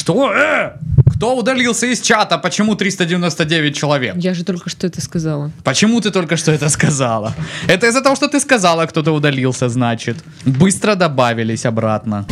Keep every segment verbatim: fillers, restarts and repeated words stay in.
Что? Э! Кто удалился из чата? Почему триста девяносто девять человек? Я же только что это сказала. Почему ты только что это сказала? Это из-за того, что ты сказала, кто-то удалился, значит. Быстро добавились обратно.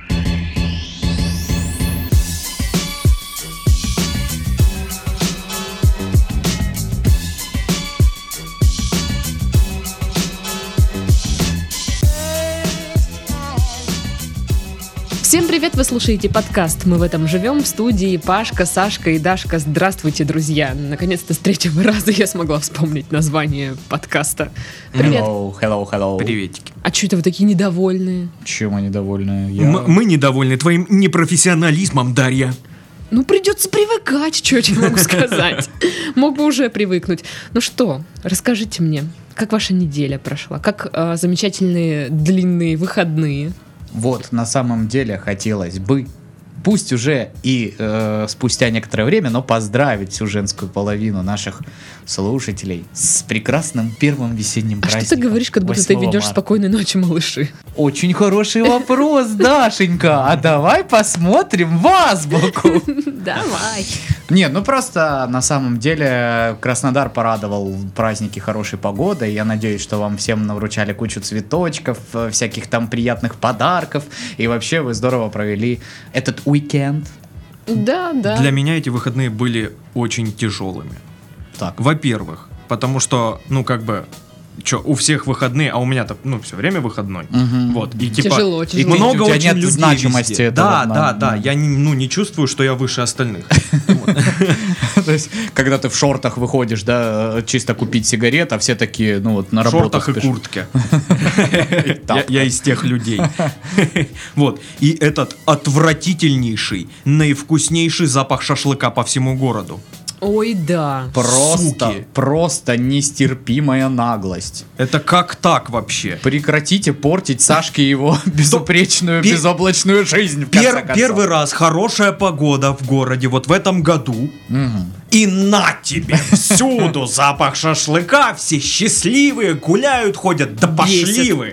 Всем привет, вы слушаете подкаст «Мы в этом живем», в студии Пашка, Сашка и Дашка. Здравствуйте, друзья. Наконец-то с третьего раза я смогла вспомнить название подкаста. Привет. Hello, hello, hello. Приветики. А что это вы такие недовольные? Чем мы недовольны? Я... М- мы недовольны твоим непрофессионализмом, Дарья. Ну, придется привыкать, что я могу сказать. Мог бы уже привыкнуть. Ну что, расскажите мне, как ваша неделя прошла? Как э, замечательные длинные выходные? Вот, на самом деле хотелось бы, пусть уже и э, спустя некоторое время, но поздравить всю женскую половину наших слушателей с прекрасным первым весенним А праздником. что ты говоришь, как будто ты ведешь марта. «Спокойной ночи, малыши»? Очень хороший вопрос, Дашенька. А давай посмотрим в азбуку. Давай. Нет, ну просто на самом деле Краснодар порадовал праздники хорошей погодой. Я надеюсь, что вам всем навручали кучу цветочков, всяких там приятных подарков. И вообще вы здорово провели этот уикенд. Да, да. Для меня эти выходные были очень тяжелыми. Так. Во-первых, потому что, ну, как бы, что, у всех выходные, а у меня-то, ну, все время выходной. Мгм. Вот, и типа... Тяжело, И тяжело. ты- Много у тебя очень нет людей значимости везде. этого, Да, да, да, да. да. Я не, ну, не чувствую, что я выше остальных. То есть, когда ты в шортах выходишь, да, чисто купить сигарет, а все такие, ну вот, на В работу шортах и спешат. куртке. Я- Я из тех людей. Вот. И этот отвратительнейший, наивкуснейший запах шашлыка по всему городу. Ой, да. Просто, Суки. просто нестерпимая наглость. Это как так вообще? Прекратите портить Сашке его безупречную, пе- безоблачную жизнь, в конце Пер- концов. первый раз хорошая погода в городе вот в этом году. Мгм. И на тебе всюду запах шашлыка, все счастливые, гуляют, ходят, да пошли Бесит. вы.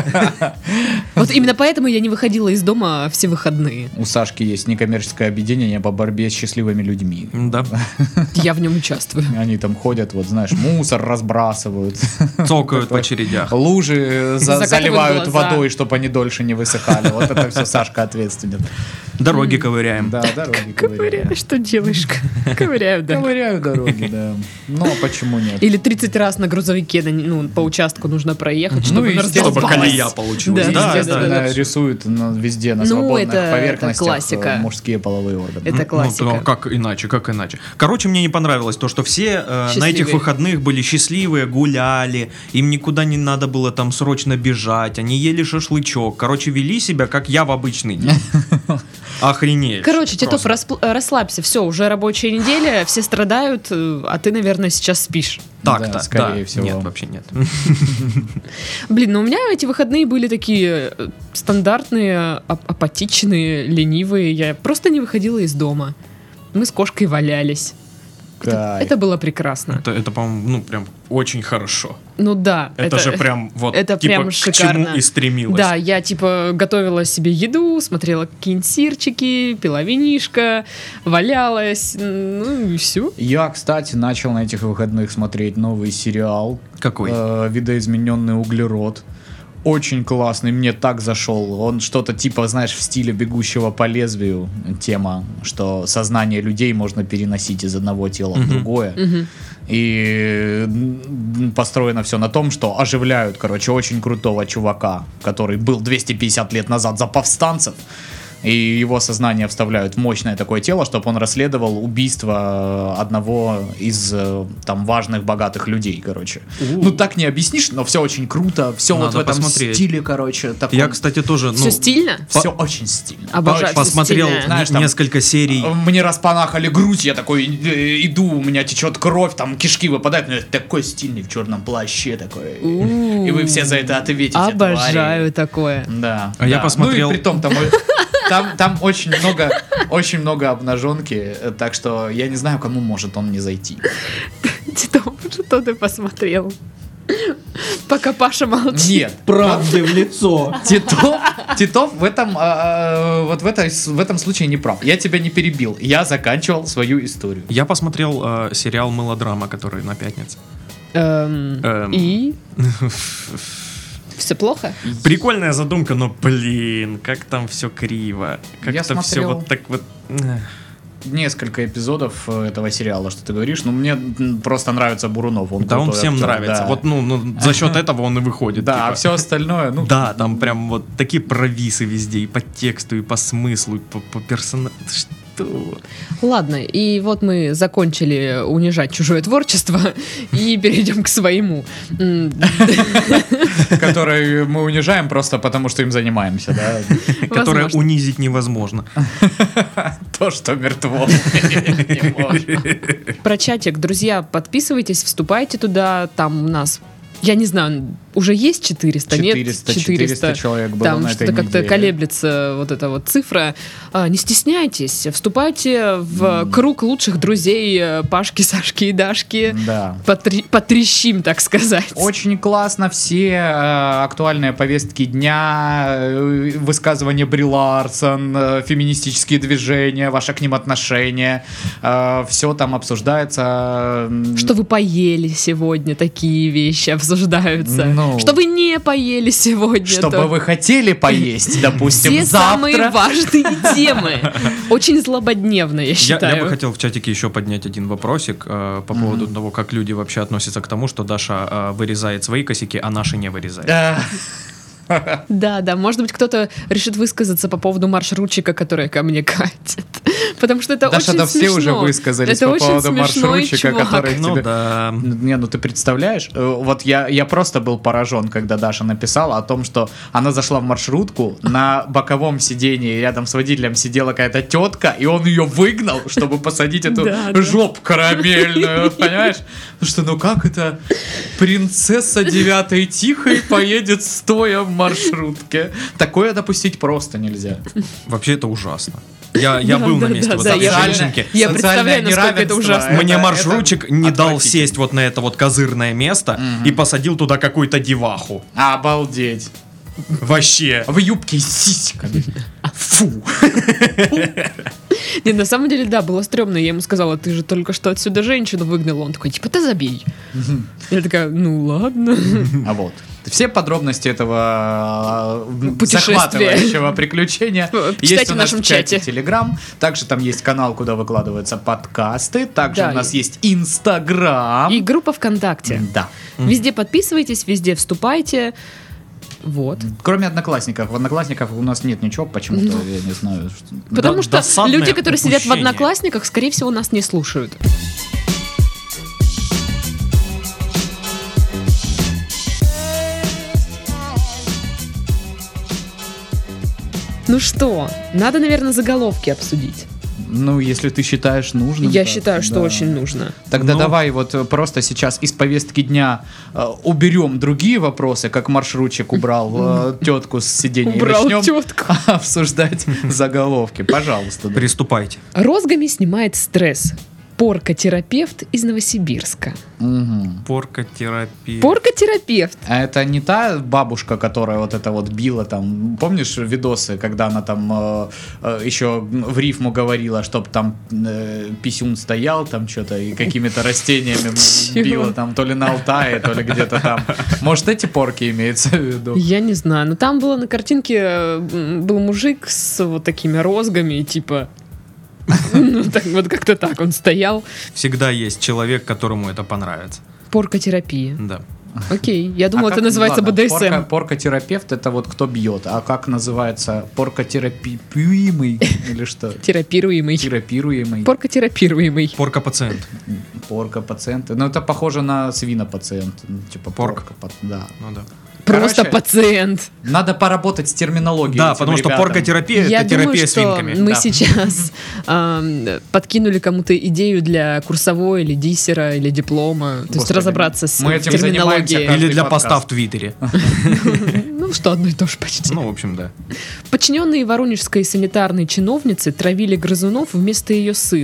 Вот именно поэтому я не выходила из дома все выходные. У Сашки есть некоммерческое объединение по борьбе с счастливыми людьми. Да, Я в нем участвую. Они там ходят, вот знаешь, мусор разбрасывают, цокают в очередях. лужи за- Закатывают заливают глаза. водой, чтобы они дольше не высыхали. Вот это все Сашка ответственен. Дороги ковыряем. Да, дороги ковыряю. Что делаешь? Ковыряю, да. Ковыряю дороги, да. Ну, а почему нет? Или тридцать раз на грузовике на- ну, по участку нужно проехать, Ну, чтобы она естественно. Чтобы раздолбалась. колея получилась. Да, Да, да, естественно. да. Естественно, рисуют на- везде на Ну, свободных это- это поверхностях классика. э, мужские половые органы. Это Ну, классика. то как иначе, как иначе. Короче, мне не понравилось то, что все э, на Счастливые. этих выходных были счастливые, гуляли, им никуда не надо было там срочно бежать, они ели шашлычок. Короче, вели себя, как я в обычный день. Охренеть. Короче, Титов, Просто. распл- э, расслабься, все, уже рабочая неделя, все страдают, э, а ты, наверное, сейчас спишь. Так, Да, так, скорее да. всего. Нет, вообще нет. Блин, ну у меня эти выходные были такие э, стандартные, ап- апатичные, ленивые. Я просто не выходила из дома. Мы с кошкой валялись. Это, Кайф. это было прекрасно. Это, это, по-моему, ну прям очень хорошо. Ну да. Это, же прям вот это типа прям к шикарно. чему и стремилась. Да, я типа готовила себе еду, смотрела какие-нибудь сирчики, пила винишко, валялась, ну и все. Я, кстати, начал на этих выходных смотреть новый сериал Какой? э, «Видоизмененный углерод». Очень классный, мне так зашел. Он что-то типа, знаешь, в стиле «Бегущего по лезвию» тема, что сознание людей можно переносить из одного тела в другое. И м, построено все на том, что оживляют, короче, очень крутого чувака, который был двести пятьдесят лет назад за повстанцев. И его сознание вставляют в мощное такое тело, чтобы он расследовал убийство одного из э, там важных, богатых людей, короче. У. Ну так не объяснишь, но все очень круто, все вот Надо в этом посмотреть. стиле, короче. Я, кстати, тоже, ну, Все стильно? Все очень стильно. Обожаю. по- посмотрел стильное. Знаешь, н- там- несколько серий. Мне распанахали грудь, я такой э, иду, у меня течет кровь, там кишки выпадают, но я такой стильный в черном плаще такой. У. И вы все за это ответите. Обожаю твари. такое. Да. А я да. посмотрел- Ну и при том, там, там, там очень много, очень много обнаженки, э, так что я не знаю, кому может он не зайти. Титов, что ты посмотрел? Пока Паша молчит. Нет. Правды в лицо. Титов, Титов в этом, э, вот в, этой, в этом случае не прав. Я тебя не перебил. Я заканчивал свою историю. Я посмотрел э, сериал «Мылодрама», который на пятнице. Эм, Эм. И? Все плохо? Прикольная задумка, но, блин, как там все криво. Как Я это все смотрел. вот так вот... Несколько эпизодов этого сериала, что ты говоришь. Ну, мне просто нравится Бурунов. Он Да, он крутой всем актер, нравится. да. Вот, ну, ну, за счет этого он и выходит. Да, типа. а все остальное, ну... Да, там прям вот такие провисы везде, и по тексту, и по смыслу, и по, по персонажу. Что? Ладно, и вот мы закончили унижать чужое творчество и перейдем к своему. М, Который мы унижаем просто потому, что им занимаемся, да? Которое Возможно. унизить невозможно. То, что мертво. Не может. Про чатик, друзья, подписывайтесь, вступайте туда, там у нас, я не знаю, уже есть четыреста, нет? четыреста, четыреста человек было Там на что-то этой как-то неделе. колеблется вот эта вот цифра. А, не стесняйтесь, вступайте в круг лучших друзей э, Пашки, Сашки и Дашки. Да. Потри- Потрещим, так сказать. Очень классно все э, актуальные повестки дня, э, высказывания Бри Ларсон, э, феминистические движения, ваше к ним отношение, э, все там обсуждается. м, Что вы поели сегодня, такие вещи обсуждаются. Ну. Что вы не поели сегодня. Что то- бы вы хотели поесть, допустим, Все самые завтра. важные темы. Очень злободневно, я Я, считаю. я бы хотел в чатике еще поднять один вопросик э, по поводу того, как люди вообще относятся к тому, что Даша э, вырезает свои косяки, а наши не вырезает. Да. Да, да, может быть, кто-то решит высказаться по поводу маршрутчика, который ко мне катит. Потому что это Даша, очень да смешно. все уже высказались это по очень поводу смешной маршрутчика, чувак. который Ну тебе... да. Не, ну ты представляешь, э, вот я, я просто был поражен, когда Даша написала о том, что она зашла в маршрутку, на боковом сидении рядом с водителем сидела какая-то тетка, и он ее выгнал, чтобы посадить эту Да, да. жопу карамельную, понимаешь? Ну что, ну как это принцесса девятой тихой поедет стоя в маршрутке? Такое допустить просто нельзя. Вообще это ужасно. Я, я Да, был да, на месте да, вот да, этой я женщинки. Я Социальное представляю, насколько это неравенство. ужасно. Мне это- маршрутчик это не дал отвратительно. сесть вот на это вот козырное место и посадил туда какую-то деваху. Обалдеть. Вообще. В юбке с сиськами. Фу. Не, на самом деле, да, было стрёмно. Я ему сказала, ты же только что отсюда женщину выгнала. Он такой, типа, ты забей. Я такая, ну ладно. А вот. Все подробности этого э, Путешествия. захватывающего приключения Читайте есть у в нас нашем в чате чате. Telegram. Также там есть канал, куда выкладываются подкасты. Также Да, у нас и- есть Инстаграм. И группа ВКонтакте. Да. Везде подписывайтесь, везде вступайте. Вот. Кроме Одноклассников. В Одноклассниках у нас нет ничего, почему-то, я не знаю. что- Потому Да- что досадное люди, которые сидят в упущение. Одноклассниках, скорее всего, нас не слушают. Ну что, надо, наверное, заголовки обсудить. Ну, если ты считаешь нужным. Я так, считаю, что да. очень нужно. Тогда Ну. давай вот э, просто сейчас из повестки дня э, уберем другие вопросы, как маршрутчик убрал э, тетку с сиденья. и Убрал начнем тетку. обсуждать заголовки. Пожалуйста. да. Приступайте. Розгами снимает стресс. Поркотерапевт из Новосибирска. Мгм. Поркотерапия. Поркотерапевт. А это не та бабушка, которая вот это вот била там, помнишь видосы, когда она там э, э, еще в рифму говорила, чтоб там э, писюн стоял там что-то и какими-то растениями Чего? била там то ли на Алтае, то ли где-то там. Может, эти порки имеется в виду? Я не знаю, но там было на картинке м, был мужик с вот такими розгами, типа. Ну, так, вот как-то так он стоял. Всегда есть человек, которому это понравится. Поркотерапия. Да. Окей, я думала, А это как- называется ладно, БДСМ. порко- поркотерапевт это вот кто бьет, а как называется поркотерапируемый или что? Терапируемый. Терапируемый. Поркотерапируемый. Порка-пациент. Порка-пациенты. Ну, это похоже на свина-пациент. Ну, типа Порк. порка. пат- Да. Ну да. Просто Короче, пациент. Надо поработать с терминологией. Да, этим потому что ребятам. поркотерапия Я это думаю, терапия что свинками. мы Да. сейчас ам, подкинули кому-то идею для курсовой или диссера или диплома. То есть Господи, разобраться с мы этим терминологией. занимаемся Или для подкаст. поста в Твиттере. Ну, что одно и то же почти. Ну, в общем, да. Подчиненные воронежской санитарной чиновницы травили грызунов вместо ее сына.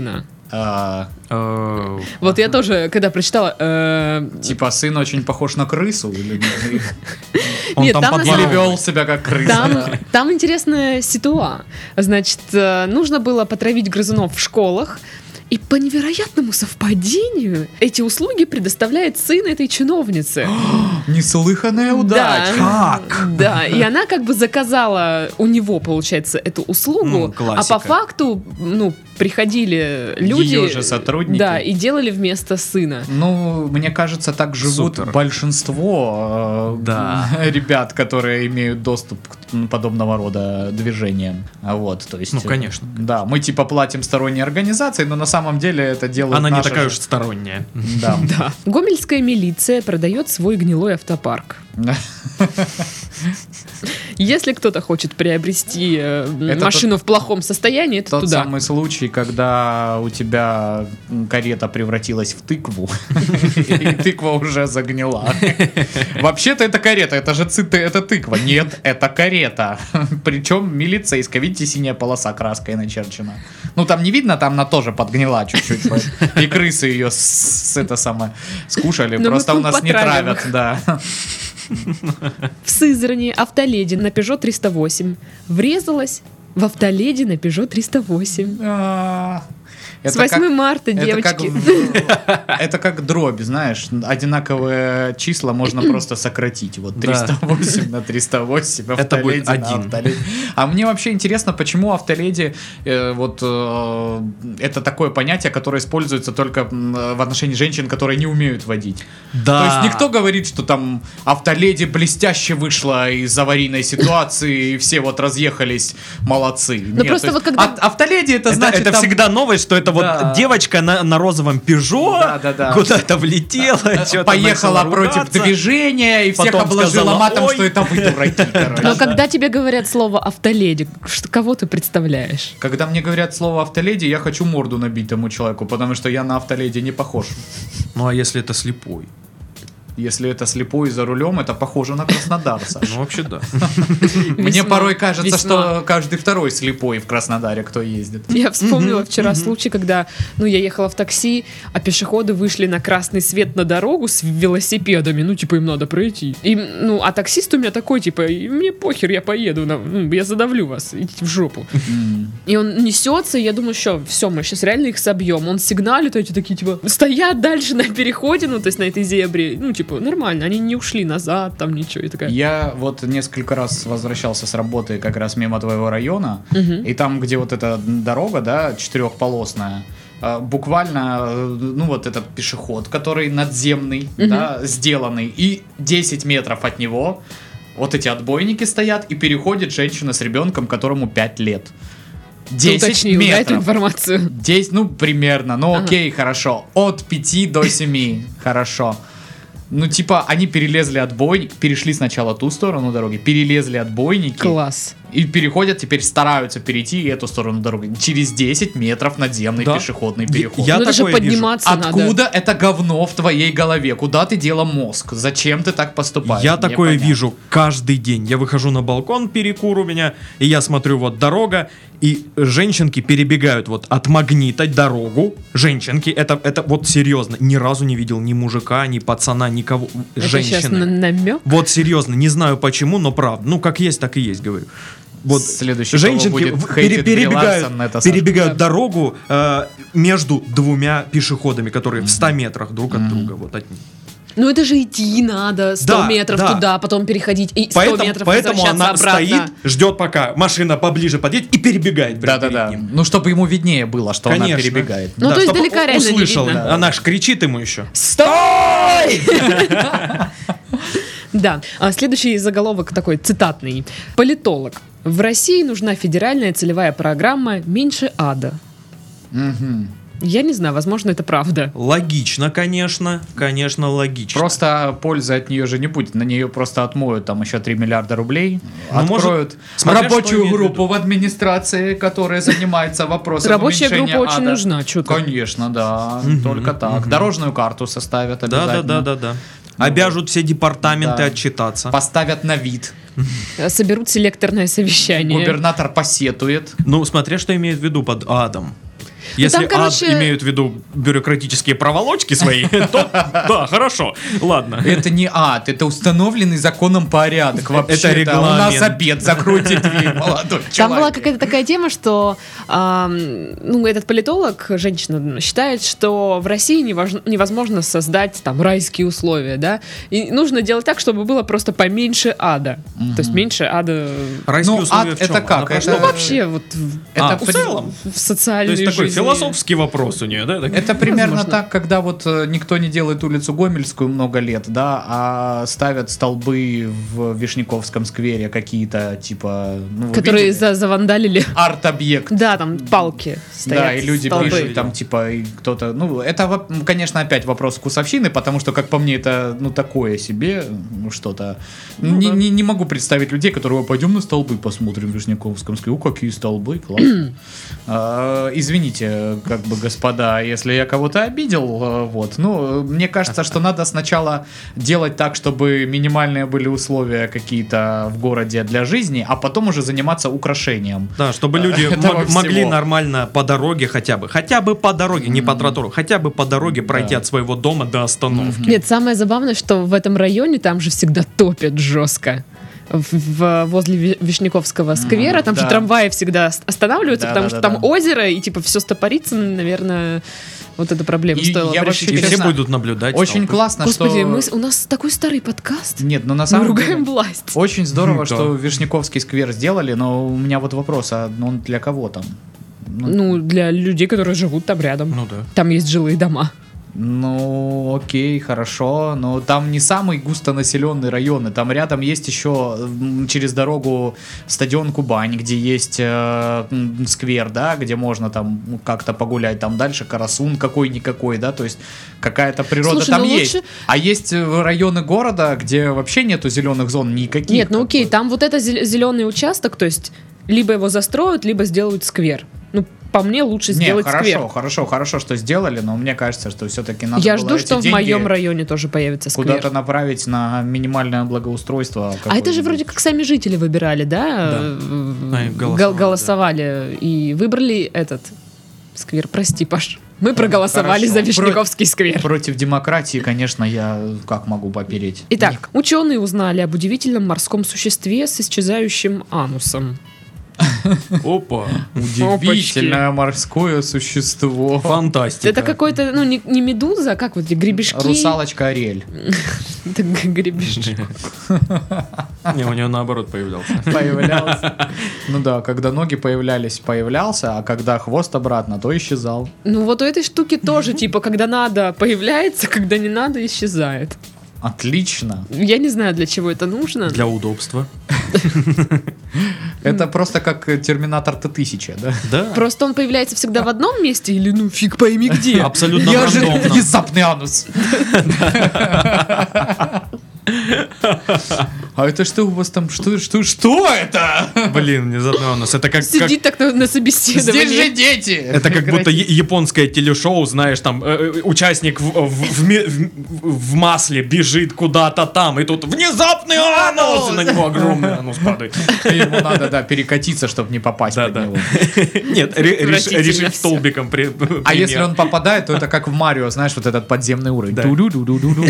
А, Э, Вот я тоже, когда прочитала... э, Типа сын очень похож на крысу? Или Он Нет, там там на под или самом- вел себя как крыса? Там, да? там интересная ситуа. Значит, э, нужно было потравить грызунов в школах, и по невероятному совпадению эти услуги предоставляет сын этой чиновницы. Неслыханная удача. Да, Как? да, и она как бы заказала у него, получается, эту услугу, Ну, а классика. по факту, ну, приходили люди... Её же сотрудники. Да, и делали вместо сына. Ну, мне кажется, так живут Супер. большинство э, Да. ребят, которые имеют доступ к м, подобного рода движениям. А Вот, то есть, Ну, э, конечно. Да, мы типа платим сторонней организации, но на самом деле это делают Она не наши такая же- уж сторонняя. Да. Да. Гомельская милиция продает свой гнилой автопарк. Если кто-то хочет приобрести э, Это машину в плохом состоянии, это Тот туда. самый случай, когда у тебя м, карета превратилась в тыкву, и тыква уже загнила. Вообще-то это карета, это же ци- это тыква. Нет, это карета. Причем милицейская. Видите, синяя полоса краской начерчена. Ну, там не видно, там она тоже подгнила чуть-чуть. И крысы ее с, это самое скушали. Но мы Просто у нас не потравим травят, их. да. В Сызрани автоледи на Peugeot триста восемь врезалась в автоледи на Peugeot триста восемь. А, С это восьмого как- марта, Это как, девочки. в- это как дробь, знаешь, одинаковые числа можно просто сократить. Вот Да. триста восемь на триста восемь, Это будет автоледи на один. автоледи. А мне вообще интересно, почему автоледи э, вот э, это такое понятие, которое используется только м, в отношении женщин, которые не умеют водить. Да. То есть никто говорит, что там автоледи блестяще вышла из аварийной ситуации, и все вот разъехались, молодцы. Нет, просто то вот есть когда- ав- автоледи это, Это, значит это там- всегда новость, что это Да. вот девочка на, на розовом Пежо Да, да, да. куда-то влетела, что-то поехала начала против ругаться. движения и всех Потом обложила сказала, матом, «Ой». что это вы дураки, короче. Но когда тебе говорят слово автоледи, что, кого ты представляешь? Когда мне говорят слово автоледи, я хочу морду набить тому человеку, потому что я на автоледи не похож. Ну а если это слепой? Если это слепой за рулем, это похоже на краснодарца. Ну вообще да. Мне Весьма, порой кажется, весьма. что каждый второй слепой в Краснодаре, кто ездит. Я вспомнила вчера случай, когда, ну, я ехала в такси, а пешеходы вышли на красный свет на дорогу с велосипедами, ну, типа, им надо пройти. И, ну, а таксист у меня такой, типа, «И мне похер, я поеду, на- ну, я задавлю вас, идите в жопу. М. И он несется, и я думаю, что, все, мы сейчас реально их собьем. Он сигналит, эти такие, типа, стоят дальше на переходе, ну, то есть на этой зебре, ну, типа, нормально, они не ушли назад, там ничего, и такая... Я вот несколько раз возвращался с работы как раз мимо твоего района, Мгм. и там, где вот эта дорога, да, четырехполосная, э, буквально, э, ну вот этот пешеход, который надземный, Мгм. да, сделанный, и десять метров от него вот эти отбойники стоят, и переходит женщина с ребенком, которому пять лет. Ты десять уточнил, да, эту метров. информацию? десять, ну, примерно. Ну, Ага. окей, хорошо. От пяти до семи. Хорошо. Ну, типа, они перелезли отбойник, перешли сначала ту сторону дороги, перелезли отбойники. Класс. И переходят, теперь стараются перейти эту сторону дороги. Через десять метров надземный Да. пешеходный Я- переход. я Ну, это же такое вижу. подниматься надо. Откуда это говно в твоей голове? Куда ты дела мозг? Зачем ты так поступаешь? Я такое Непонятно. вижу каждый день. Я выхожу на балкон, перекур у меня, и я смотрю, вот дорога, и женщинки перебегают вот от магнита дорогу. Женщинки, это, это вот серьезно, ни разу не видел ни мужика, ни пацана, никого. Это сейчас Женщины. намек? Вот серьезно, не знаю почему, но правда. Ну, как есть, так и есть, говорю. Вот Следующий женщинки будет в- хейтить пере- Бри перебегают, Ларсон, это Саша. перебегают Да. дорогу э, между двумя пешеходами, которые в ста метрах друг от Мгм. друга. Вот от них. Ну это же идти надо сто Да, метров да. туда, потом переходить и сто Поэтому, метров поэтому возвращаться она обратно. стоит, ждет, пока машина поближе подъедет и перебегает. прямо Да-да-да. перед ним. Ну, чтобы ему виднее было, что она Конечно. перебегает. Ну, то есть чтобы далека у- реально не услышал, видно. Она ж кричит ему еще. Стой! Да. А следующий заголовок такой цитатный. Политолог. В России нужна федеральная целевая программа «Меньше ада». Мгм. Я не знаю, возможно, это правда. Логично, конечно. Конечно, логично. Просто пользы от нее же не будет. На нее просто отмоют там еще три миллиарда рублей. Ну, Откроют может, смотря что рабочую имеет в группу виду. в администрации, которая занимается вопросом Рабочая уменьшения группа очень ада. нужна, что-то. Конечно, да. Мгм, Только так. мгм. Дорожную карту составят Да, да, обязательно. да, да, да. Обяжут все департаменты Да. отчитаться. Поставят на вид. Соберут селекторное совещание. Губернатор посетует. Ну, смотря что имеет в виду под адом. Если там, короче- ад имеют в виду бюрократические проволочки свои, то да, хорошо, ладно. Это не ад, это установленный законом порядок. Вообще, Это у нас регламент. обед, закройте дверь, молодой человек. Там была какая-то такая тема, что ам, ну, этот политолог, женщина, считает, что в России невож- невозможно создать там райские условия, да, и нужно делать так, чтобы было просто поменьше ада. То есть меньше ада. Райские Ну, условия ад в чем? это как? Она про Это- что? Ну, вообще, вот в, А, Это в при- целом? в То социальной есть такой жизни. философский вопрос у нее, да? Так? Это примерно Возможно. так, когда вот э, никто не делает улицу Гомельскую много лет, да, а ставят столбы в Вишняковском сквере какие-то, типа, ну, вы Которые видели? за- завандалили. Арт-объект. Да, там палки стоят. Да, и люди столбы. пишут там, типа, и кто-то, ну, это, во- конечно, опять вопрос вкусовщины, потому что, как по мне, это, ну, такое себе, ну, что-то. Ну, не, да. не, не могу представить людей, которые, пойдем на столбы посмотрим в Вишняковском сквере. О, какие столбы, классно. А, Извините, как бы, господа, если я кого-то обидел, э, вот, ну, мне кажется, что надо сначала делать так, чтобы минимальные были условия какие-то в городе для жизни, а потом уже заниматься украшением. Да, чтобы люди Этого мог- могли всего. нормально по дороге хотя бы, хотя бы по дороге, не по тротуару, хотя бы по дороге пройти Да. от своего дома до остановки. Нет, самое забавное, что в этом районе там же всегда топят жестко. В, в- возле Ви- Вишняковского сквера, там да. же трамваи всегда ост- останавливаются, Да, потому да, что да, там да. озеро, и типа все стопорится, наверное, вот эта проблема И стоила я бы вообще решить. И все честно, будут наблюдать. Очень столпы. классно, Господи, что... мы, с- у нас такой старый подкаст. Нет, ну на Мы самом ругаем деле... власть. Очень здорово, Да. что Вишняковский сквер сделали, но у меня вот вопрос, а он для кого там? Ну, Ну, для людей, которые живут там рядом. Ну да. Там есть жилые дома. ну, окей, хорошо, но там не самый густонаселенный район, и там рядом есть еще м, через дорогу стадион Кубань, где есть э, м, сквер, да, где можно там ну, как-то погулять, там дальше Карасун какой-никакой, да, то есть какая-то природа Слушай, там ну есть. лучше- А есть э, районы города, где вообще нету зеленых зон никаких. Нет, ну как окей, бы. там вот это зеленый участок, то есть либо его застроят, либо сделают сквер. Ну, по мне, лучше Не, сделать хорошо, сквер. хорошо, хорошо, что сделали, но мне кажется, что все-таки надо Я было жду, эти что в деньги моем районе тоже появится сквер. куда-то направить на минимальное благоустройство. А это же какое-нибудь. вроде как сами жители выбирали, да? Да. Э, Они гол- голосовали, голосовали и выбрали этот сквер. Прости, Паш. Мы проголосовали Хорошо. за Вишняковский сквер. Против демократии, конечно, я как могу попереть. Итак, ученые узнали об удивительном морском существе с исчезающим анусом. Опа. Удивительное морское существо. Фантастика. Это какой-то, ну, не, не медуза, а как вот эти гребешки? Русалочка Ариэль. Это г- гребешки. Не, у нее наоборот появлялся. Появлялся. Ну да, когда ноги появлялись, появлялся, а когда хвост обратно, то исчезал. Ну вот у этой штуки тоже, типа, когда надо, появляется, когда не надо, исчезает. Отлично. Я не знаю, для чего это нужно. Для удобства. Это просто как Терминатор Т тысяча, да? Да. Просто он появляется всегда в одном месте или ну фиг пойми где. Абсолютно Неожиданно рандомно. внезапный анус. А это что у вас там? Что, что, что это? Блин, внезапно у нас. Это как, как- Сидит так на, на собеседовании. Здесь же дети. это как будто я- японское телешоу, знаешь, там э, э, участник в, в- в ме- в- в масле бежит куда-то там, и тут внезапный анус, и на него огромный анус падает. Ему надо, да, перекатиться, чтобы не попасть Да, под да. него. Нет, ре- реш- Отвратительно решить всё. столбиком. при- А пример. если он попадает, то это как в Марио, знаешь, вот этот подземный уровень. Да. Ту-ду-ду-ду-ду-ду.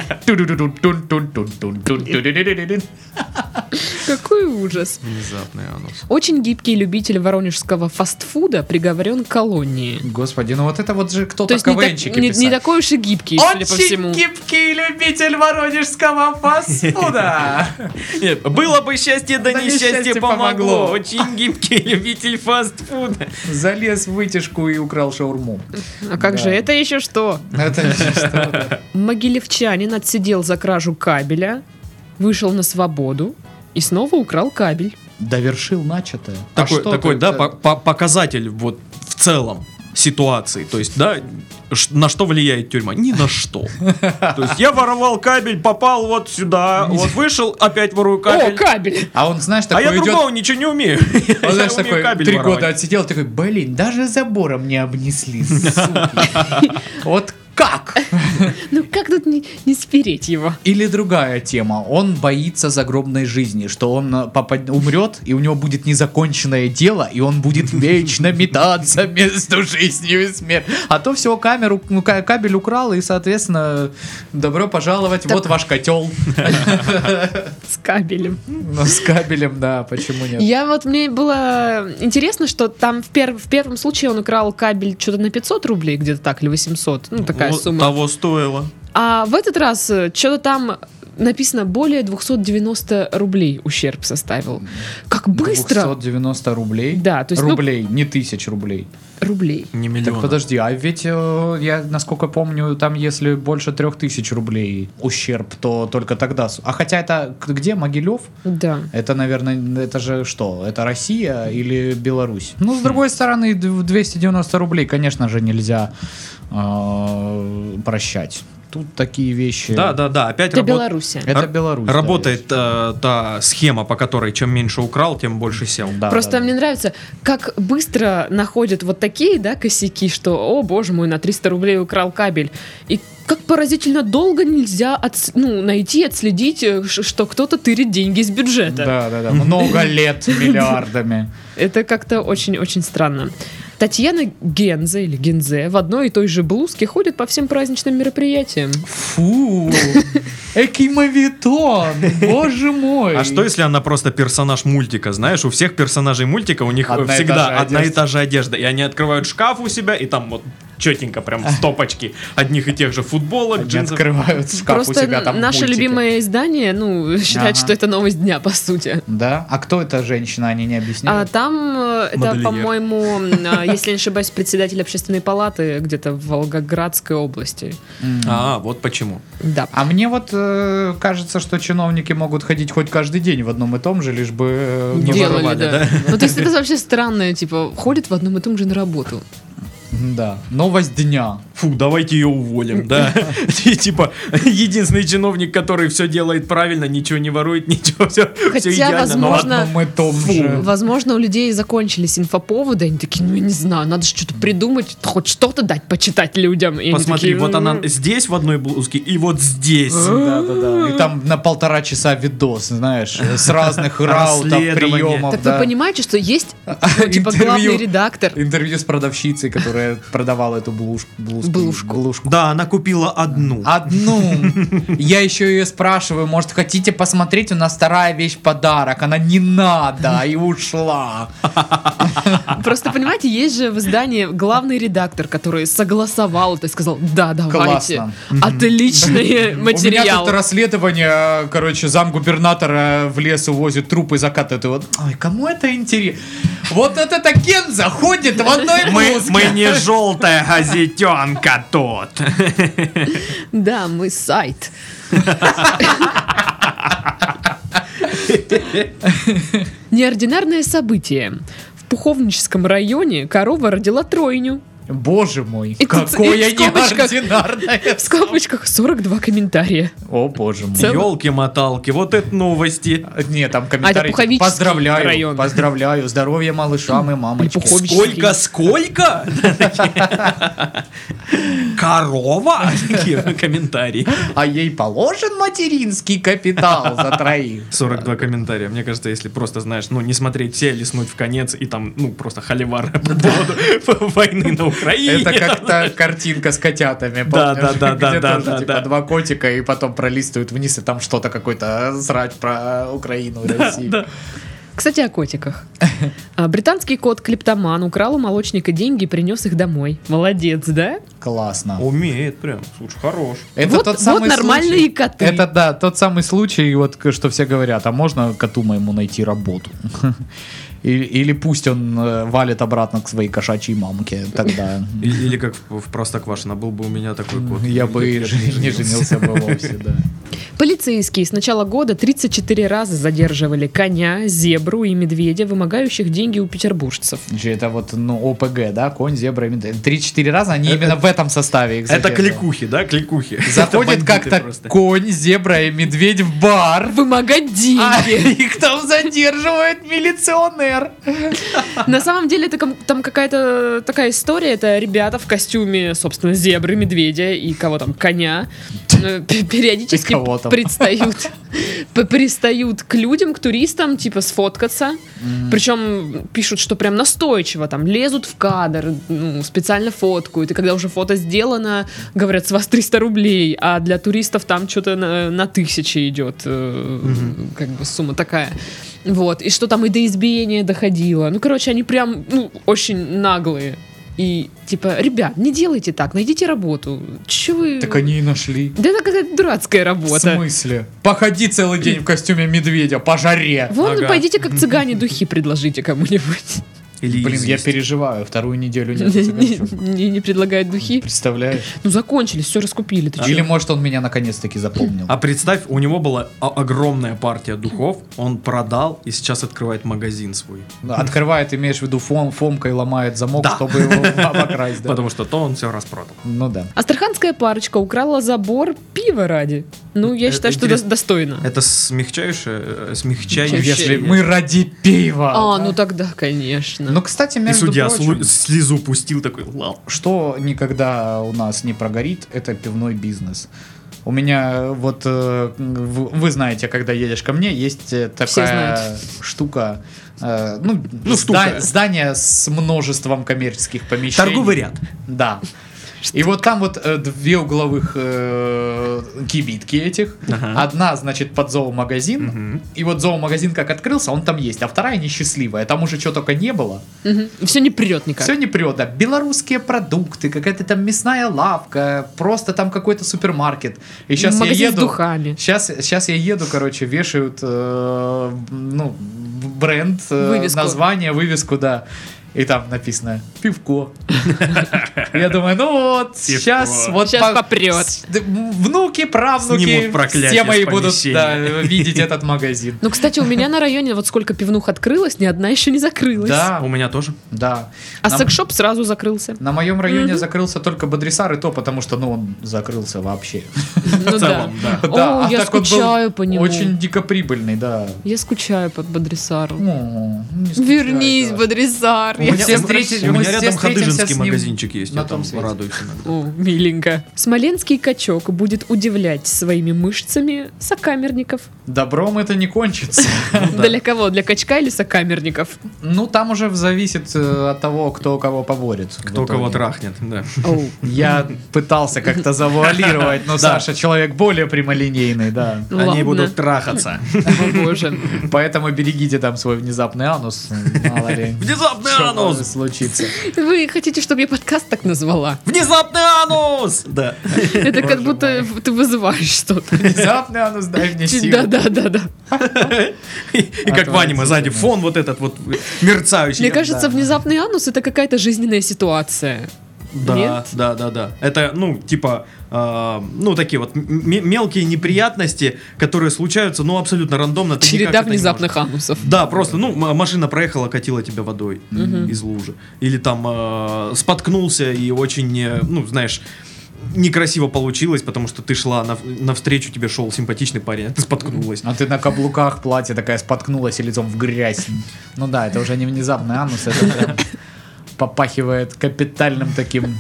Ту-ду-ду-ду-тун-тун-тун-тун-тун-тун-тун-тун-тун-тун-тун. Какой ужас. Внезапный анус. Очень гибкий любитель воронежского фастфуда приговорен к колонии. Господи, ну вот это вот же То кто-то есть не, так- КВНчики не- не писали. такой уж и гибкий, судя по всему. гибкий любитель воронежского фастфуда. Нет, было бы счастье, да Да несчастье несчастье помогло. помогло. Очень гибкий любитель фастфуда. Залез в вытяжку и украл шаурму. А как Да. же, это еще что? Это что? Да. Могилевчанин отсидел за кражу кабеля, вышел на свободу и снова украл кабель. Довершил начатое. А Такой, что такой ты- да, по- по- показатель вот в целом ситуации. То есть, да, ш- на что влияет тюрьма? Ни на что. То есть я воровал кабель, попал вот сюда, вот вышел, опять ворую О, кабель. кабель! А он, знаешь, А такой я идет... другого ничего не умею. Он, Я знаешь, умею такой кабель три воровать. года отсидел, такой, блин, даже забором не обнесли, суки. Вот Как? Ну как тут не, не спереть его? Или другая тема. Он боится загробной жизни, что он э, попад- умрет, и у него будет незаконченное дело, и он будет вечно метаться между жизнью и смертью. А то всего камеру, ну, ка- кабель украл, и, соответственно, добро пожаловать, Так- вот ваш котел. С кабелем. Ну, с кабелем, да, почему нет? Я вот, мне было интересно, что там в, пер- в первом случае он украл кабель что-то на пятьсот рублей, где-то так, или восемьсот, ну такая Вот сумма. того стоило. А в этот раз что-то там написано более двести девяносто рублей ущерб составил. Как быстро! двести девяносто рублей? Да, то есть, ну- Рублей, не тысяч рублей. Рублей. Не Так миллион. подожди, а ведь э, я, насколько помню, там если больше трех тысяч рублей ущерб, то только тогда... с- А хотя это к- где? Могилев? Да. Это, наверное, это же что? Это Россия или Беларусь? Ну, с другой стороны, д- двести девяносто рублей, конечно же, нельзя э, прощать. Тут такие вещи... Да, да, да. Опять Это работ- Белоруссия. Это Р- Беларусь. да, Работает ведь. э, та схема, по которой чем меньше украл, тем больше сел. Да, Просто да, да. мне нравится, как быстро находят вот такие, да, косяки, что, о боже мой, на триста рублей украл кабель. И как поразительно долго нельзя отс- ну, найти, отследить, э, ш- что кто-то тырит деньги из бюджета. Да, да, да. Много лет миллиардами. Это как-то очень-очень странно. Татьяна Гензе или Гензе в одной и той же блузке ходит по всем праздничным мероприятиям. Фу, экий мавитон, боже мой. А что если она просто персонаж мультика? Знаешь, у всех персонажей мультика у них Одна и та всегда же одна и одежда. та же одежда. И они открывают шкаф у себя, и там вот четенько прям стопочки одних и тех же футболок, Они джинсов. открывают шкаф Просто у себя там наше мультики. любимое издание, ну, считает, Ага. что это новость дня, по сути. Да? А кто эта женщина, они не А объясняют? там, э, это, Модельер. по-моему, э, если не ошибаюсь, председатель общественной палаты где-то в Волгоградской области. М. А, вот почему. Да. А мне вот э, кажется, что чиновники могут ходить хоть каждый день в одном и том же, лишь бы э, не Делали, воровали, да. да? Ну, то есть это вообще странное, типа, ходит в одном и том же на работу. Да. Новость дня. Фу, давайте ее уволим, да. И типа единственный чиновник, который все делает правильно, ничего не ворует, ничего, все, Хотя, идеально. но В возможно, одном и том Фу. же. Возможно, у людей закончились инфоповоды, они такие, ну, я не знаю, надо же что-то придумать, хоть что-то дать почитать людям. И они Посмотри, такие, вот она «М-м». здесь в одной блузке и вот здесь. Да, да, да. И там на полтора часа видос, знаешь, с разных раутов, Расследование. приемов. Так да. вы понимаете, что есть, ну, типа, Интервью. главный редактор. Интервью с продавщицей, которая продавала эту блуж- блузку. Блужку. блужку. Да, она купила одну. Одну. Я еще ее спрашиваю, может, хотите посмотреть, у нас вторая вещь в подарок. Она не надо, и ушла. Просто, понимаете, есть же в издании главный редактор, который согласовал это и сказал, да, давайте, Классно. отличный У меня материал. тут расследование, короче, замгубернатора в лес увозит трупы, закатывает его. Ой, кому это интересно? Вот этот Кен заходит в одной Мы, блузке. мы не желтая газетенка тут. Да, мы сайт. Неординарное событие. В Пуховническом районе корова родила тройню. Боже мой, И тут- какое и в скобочках- неординарное. В скобочках сорок два комментария. О, боже мой. Цел- Елки-моталки, вот это новости. Нет, там комментарий. Пуховический Поздравляю, район. поздравляю, здоровья малышам и мамочкам. Или Пуховический. Сколько, сколько? Корова? Такие комментарии. А ей положен материнский капитал за троих. сорок два комментария. Мне кажется, если просто, знаешь, ну, не смотреть все, листнуть в конец, и там, ну, просто холивар по поводу войны на Украине. Это как та картинка с котятами, Да, помнишь? да, да, да, Где да, тоже, да, типа, да. два котика, и потом пролистывают вниз, и там что-то какой-то срач про Украину и Россию. Да. Кстати, о котиках. А, Британский кот Клептоман украл у молочника деньги и принес их домой. Молодец, да? Классно. Умеет прям, слушай, хорош. Это Вот- тот вот самый нормальные случай- коты. Это, да, тот самый случай, вот, к- что все говорят, а можно коту моему найти работу? Или, или пусть он э, валит обратно к своей кошачьей мамке, тогда И- Или как в в Простоквашино, был бы у меня такой кот. я бы и Я жи- не женился бы вовсе, да. Полицейские с начала года тридцать четыре раза задерживали коня, зебру и медведя, вымогающих деньги у петербуржцев. Это вот, ну, ОПГ, да, конь, зебра, медведь. три-четыре раза они именно в этом составе их Это задерживали. кликухи, да, кликухи. Заходит как-то конь, зебра и медведь в бар. Вымогать деньги. А их там задерживает милиционер. На самом деле это ком- там какая-то такая история. Это ребята в костюме, собственно, зебры, медведя и кого там, коня. э, п- Периодически И кого там? предстают, п- пристают к людям, к туристам, типа сфоткаться. Причем пишут, что прям настойчиво там лезут в кадр, ну, специально фоткают. И когда уже фото сделано, говорят, с вас триста рублей, а для туристов там что-то на, на тысячи идет, э, как бы сумма такая. Вот, и что там и до избиения доходило. Ну, короче, они прям, ну, очень наглые. И, типа, ребят, не делайте так, найдите работу. Че вы... Так они и нашли. Да это какая-то дурацкая В работа. смысле? Походи целый день в костюме медведя по жаре. Вон, Ага. пойдите как цыгане духи предложите кому-нибудь. Или Блин, я известь. переживаю. Вторую неделю нет Не, цыганцев. не- не предлагают духи. Представляешь? Ну, закончились, все раскупили. Ты чё? Или может он меня наконец-таки запомнил. А представь, у него была о- огромная партия духов, он продал и сейчас открывает магазин свой. Открывает, имеешь в виду, фом, фомкой ломает замок, Да. чтобы его обокрасть. Да? Потому что то он все распродал. Ну да. Астраханская парочка украла забор пива ради. Ну, я Э, считаю, что интересно. дос- достойно. Это смягчающее, э, смягчающее. Если мы ради пива. А, да? ну тогда, конечно. Ну, кстати, И между судья прочим, слу- слезу пустил такой, лал. что никогда у нас не прогорит, это пивной бизнес. У меня вот, э, в- вы знаете, когда едешь ко мне, есть э, такая знают. штука, э, ну, Ну, зда- штука. здание с множеством коммерческих помещений. Торговый ряд. Да. И вот там вот э, две угловых э, кибитки этих. Ага. Одна, значит, под зоомагазин. Мгм. И вот зоомагазин как открылся, он там есть. А вторая несчастливая. Там уже что только не было. Все не прет никак. Все не прет, да. Белорусские продукты, какая-то там мясная лавка, просто там какой-то супермаркет. И сейчас я Магазин с еду. духами. Сейчас, сейчас я еду, короче, вешают э, ну, бренд, э, Вывеску. название, вывеску, да. И там написано пивко. Я думаю, ну вот, Пивко. сейчас вот Щас попрет. с- д- внуки, правнуки, Снимут проклятие все мои с будут помещения. да, видеть этот магазин. Ну, кстати, у меня на районе вот сколько пивнух открылось, ни одна еще не закрылась. Да, У меня тоже. да. А На- секс-шоп сразу закрылся. На моем районе закрылся только Бодрисар, и то потому, что ну, он закрылся вообще. Ну В целом, да. Да, О, а я так он был скучаю по нему. Очень дикоприбыльный, да. Я скучаю под Бодрисаром. О, не скучай, Вернись, да. Бодрисар. У Я меня, все у встретились- меня мы все рядом встретимся Хадыжинский с ним магазинчик есть, на я том там свете. радуюсь иногда. О, миленько. Смоленский качок будет удивлять своими мышцами сокамерников. Добром это не кончится. да. Для кого? Для качка или сокамерников? Ну, там уже зависит э, от того, кто кого поборет. в Кто итоге. кого трахнет, да. Оу. Я пытался как-то завуалировать, но Да. Саша человек более прямолинейный, да. Ну, Они ладно. будут трахаться. О, боже. Поэтому берегите там свой внезапный анус. Мало ли. Внезапный что анус! может случиться. Вы хотите, чтобы я подкаст так назвала? Внезапный анус! Да. Это как Боже будто ты вызываешь что-то. Внезапный анус, дай мне силу. Да-да-да-да. И и как в аниме сзади фон вот этот вот мерцающий. Мне кажется, внезапный анус — это какая-то жизненная ситуация. Да, Нет? да, да, да. Это, ну, типа, э, ну, такие вот м- мелкие неприятности, которые случаются, ну, абсолютно рандомно. Ты никак Череда это не внезапных можешь- анусов. Да, просто, ну, м- машина проехала, катила тебя водой из лужи. Или там э, споткнулся и очень, э, ну, знаешь, некрасиво получилось, потому что ты шла нав- навстречу, тебе шел симпатичный парень, а ты споткнулась. А ты на каблуках платье такая споткнулась и лицом в грязь. Ну да, это уже не внезапный анус, это прям попахивает капитальным таким...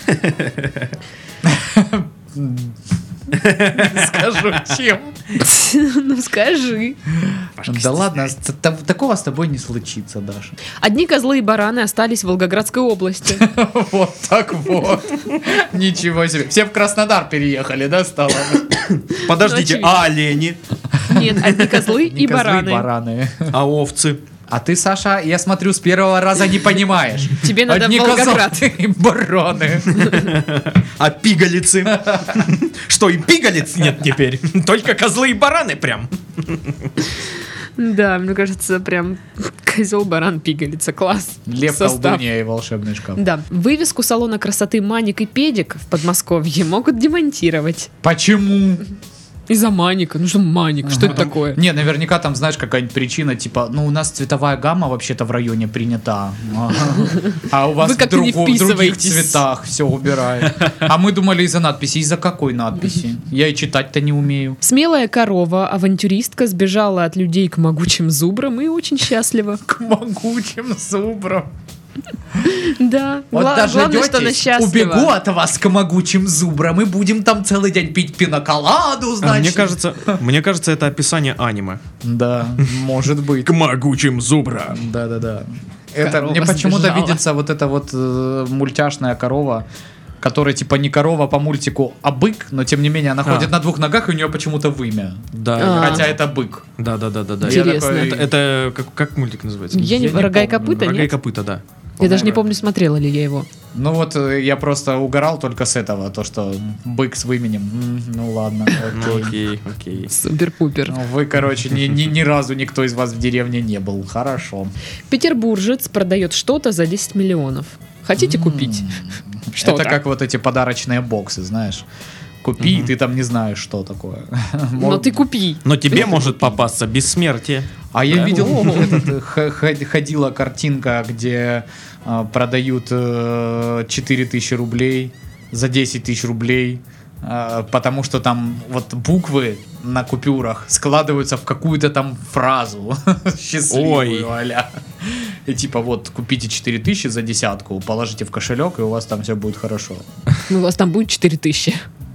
Скажу, чем. Ну скажи. Да ладно, с- та- такого с тобой не случится, Даша. Одни козлы и бараны остались в Волгоградской области. Вот так вот. Ничего себе. Все в Краснодар переехали, да, стало? Подождите, очевидно. а олени? Нет, одни козлы Не и козлы, бараны. бараны. А овцы? А ты, Саша, я смотрю, с первого раза не понимаешь. Тебе надо Одни в Волгоград. козлы и бараны. А пигалицы? Что, и пигалиц нет теперь? Только козлы и бараны прям. Да, мне кажется, прям козел, баран, пигалица. Класс. Лев, Состав. колдунья и волшебный шкаф. Да. Вывеску салона красоты «Маник и Педик» в Подмосковье могут демонтировать. Почему? Из-за маника. Ну что маник? Что это такое? Не, наверняка там, знаешь, какая-нибудь причина, типа, ну, у нас цветовая гамма вообще-то в районе принята. А у вас Вы в как-то не друг- в других вписываетесь. цветах все убирают. А мы думали из-за надписи. Из-за какой надписи? Я и читать-то не умею. Смелая корова, авантюристка, сбежала от людей к могучим зубрам и очень счастлива. К могучим зубрам. Да. Вот Гла- даже главное, что она дётесь, счастлива. убегу от вас к могучим зубрам и будем там целый день пить пиноколаду, А значит. Мне кажется, мне кажется, это описание аниме. Да, может быть. К могучим зубрам. Да-да-да. Это Корова мне почему-то сбежала. видится вот эта вот э, мультяшная корова, которая типа не корова по мультику, а бык, но тем не менее она А. ходит на двух ногах, и у нее почему-то вымя. Да, А. Хотя это бык. да, да, да, да, да. Я Интересно. такой, Это, это как, как мультик называется? Я не... Я не Рога и помню. копыта, Рога и нет? копыта, да. Я даже не По-моему. помню, смотрела ли я его. Ну вот э, я просто угорал только с этого, то что бык с выменем. М, ну ладно, Ну окей. окей, окей. Супер-пупер. Ну, Вы, короче, ни, ни, ни разу никто из вас в деревне не был. Хорошо. Петербуржец продает что-то за десять миллионов. Хотите купить? Что-то. Это как вот эти подарочные боксы, знаешь. Купи, и ты там не знаешь, что такое. Но ты купи. Но тебе может попасться бессмертие. А я Да. видел, О. этот, э, х- х- ходила картинка, где э, продают э, четыре тысячи рублей за десять тысяч рублей, э, потому что там вот буквы на купюрах складываются в какую-то там фразу счастливую, Ой. а-ля. И типа вот купите четыре тысячи за десятку, положите в кошелек, и у вас там все будет хорошо. Ну, у вас там будет четыре тысячи.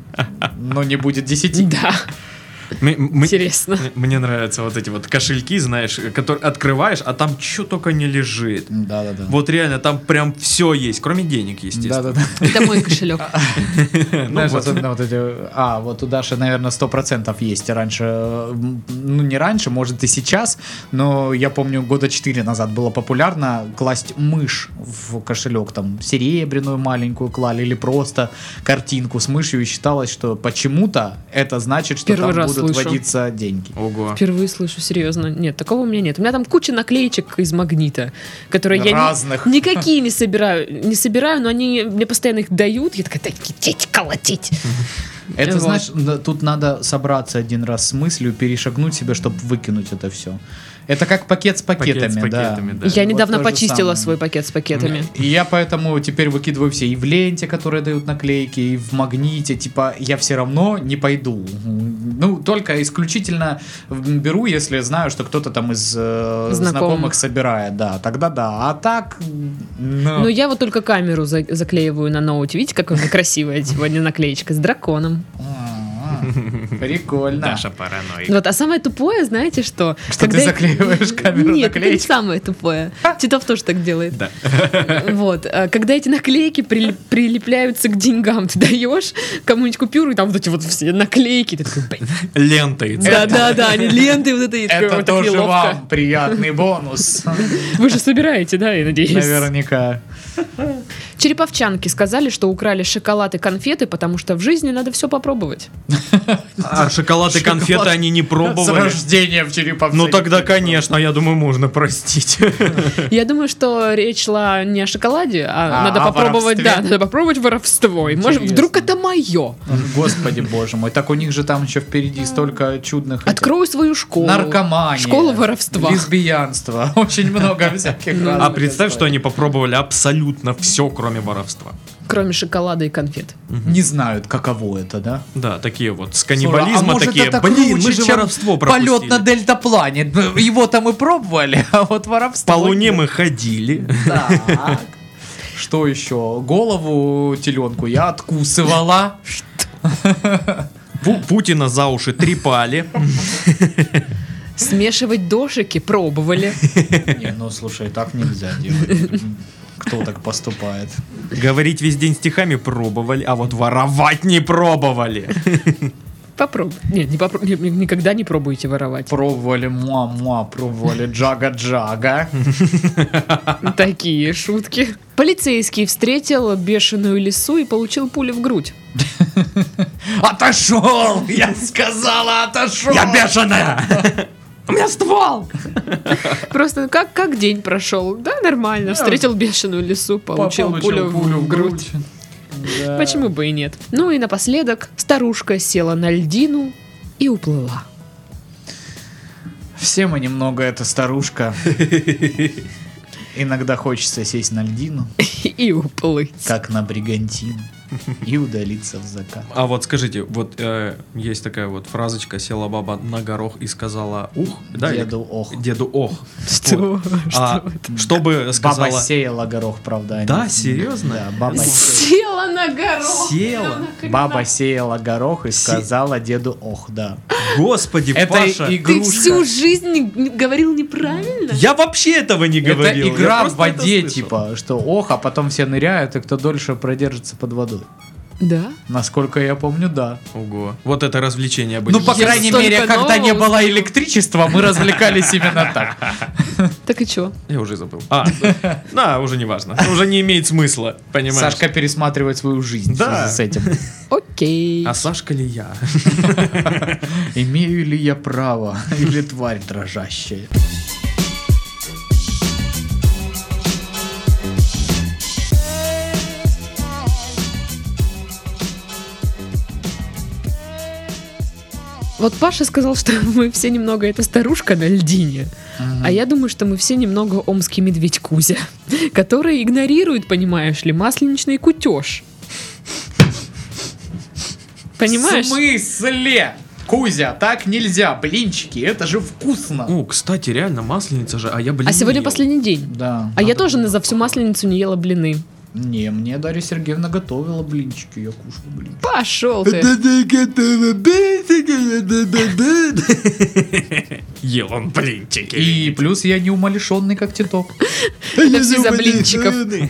Но не будет десяти. Да, М- м- интересно. Мне нравятся вот эти вот кошельки, знаешь, которые открываешь, а там что только не лежит. Да-да-да. Вот реально, там прям все есть, кроме денег, естественно. Да-да-да. Это мой кошелек. Знаешь, вот. особенно вот эти... А, вот у Даши, наверное, сто процентов есть. Раньше, м, ну не раньше, может и сейчас, но я помню, года четыре назад было популярно класть мышь в кошелек, там, серебряную маленькую клали или просто картинку с мышью, и считалось, что почему-то это значит, что Первый там раз будут слышу. водиться деньги. Ого. Впервые слышу, серьезно. Нет, такого у меня нет. У меня там куча наклеечек из магнита, которые я ни- Разных. никакие не собираю. Не собираю, но они мне постоянно их дают. Я такая, дайте деть, колотить. Это, Вот. знаешь, на- тут надо собраться один раз с мыслью, перешагнуть себя, чтобы выкинуть это все. Это как пакет с пакетами, Пакет с да. пакетами, да. Я Вот недавно то же почистила самое. свой пакет с пакетами. И я поэтому теперь выкидываю все и в ленте, которые дают наклейки, и в магните. Типа, я все равно не пойду. Ну, только исключительно беру, если знаю, что кто-то там из э, Знакомых. знакомых собирает. Да, тогда да. А так, ну, Но я вот только камеру за- заклеиваю на ноуте. Видите, какая у меня красивая сегодня наклеечка с драконом. а, прикольно. Даша параноик. Вот, а самое тупое, знаете что? Что ты заклеиваешь камеру Нет, это не наклеечкой? самое тупое. Титов тоже так делает. Да. Вот, а когда эти наклейки при- прилепляются к деньгам, ты даешь кому-нибудь купюру, и там вот эти вот все наклейки, ты такой, блин. Лентой. Да-да-да, они ленты вот это, и такой, Это вот так тоже неловко. вам приятный бонус. Вы же собираете, да, я надеюсь? Наверняка. Череповчанки сказали, что украли шоколад и конфеты, потому что в жизни надо все попробовать. А шоколад и конфеты Шоколад они не С пробовали. рождения в Череповце. Ну тогда, конечно, я думаю, можно простить. Я думаю, что речь шла не о шоколаде, а, А, надо о попробовать, воровстве? да, надо попробовать воровство. И может, Интересно. вдруг это мое. Господи, боже мой. Так у них же там еще впереди столько чудных... этих- Открою свою школу. Наркомания. Школу воровства. Лесбиянство. Очень много всяких разных. А представь, что историй. они попробовали абсолютно все, кроме воровства. Кроме шоколада и конфет. Не знают, каково это, да? Да, такие вот с Слушай, каннибализма а может, такие. это Блин, мы круче, же чем воровство полет пропустили. на дельтаплане. Его там и пробовали, а вот воровство... По луне нет. мы ходили. Так. Что еще? Голову теленку я откусывала. Пу- Путина за уши трепали. Смешивать дошики пробовали. Не, ну слушай, так нельзя делать. Кто так поступает? Говорить весь день стихами пробовали, а вот воровать не пробовали. Попробуй. Нет, не попро- не- никогда не пробуйте воровать. Пробовали муа-муа, пробовали джага-джага. Такие шутки. Полицейский встретил бешеную лису и получил пулю в грудь. Отошел! Я сказала, отошел! бешеная! У меня ствол! Просто как, как день прошел? Да, нормально. Встретил бешеную лису, получил, пулю, в грудь. Да. Почему бы и нет? Ну и напоследок, старушка села на льдину и уплыла. Все мы немного эта старушка. Иногда хочется сесть на льдину, И уплыть. как на бригантину, и удалиться в закат. А вот скажите, вот э, есть такая вот фразочка: села баба на горох и сказала ух, да? или- Деду ох. Деду ох. Что? Вот. Что А это? чтобы сказала... Баба сеяла горох, правда. они- Да, серьезно? Да, баба, се- Села на горох. Села. баба сеяла горох и Се- сказала деду ох, да. Господи, Это Паша. Ты игрушка. всю жизнь не- говорил неправильно? Я вообще этого не Это говорил. я игра в просто это воде, слышал. типа, что ох, а потом все ныряют, и кто дольше продержится под водой. Да? Насколько я помню, да. Ого. Вот это развлечение были. Ну, по Я крайней столько мере, когда не нового было узнаю. электричества, мы развлекались именно так. Так и чё? Я уже забыл. А, да, да, уже не важно. Уже не имеет смысла, понимаешь? Сашка пересматривает свою жизнь в Да. связи с этим. Окей. А Сашка ли я? Имею ли я право? Или тварь дрожащая? Вот Паша сказал, что мы все немного это старушка на льдине. А я думаю, что мы все немного омский медведь Кузя, который игнорирует, понимаешь ли, масленичный кутеж. Понимаешь? В смысле? Кузя, так нельзя, блинчики, это же вкусно. О, кстати, реально, масленица же, а я, блин, А сегодня не ел. последний день. Да. А я тоже за всю масленицу не ела блины. Не, мне Дарья Сергеевна готовила блинчики, я кушал блинчики. Пошел ты. Ел он блинчики. И плюс я не умалишенный, как Титок. Это все за блинчиков.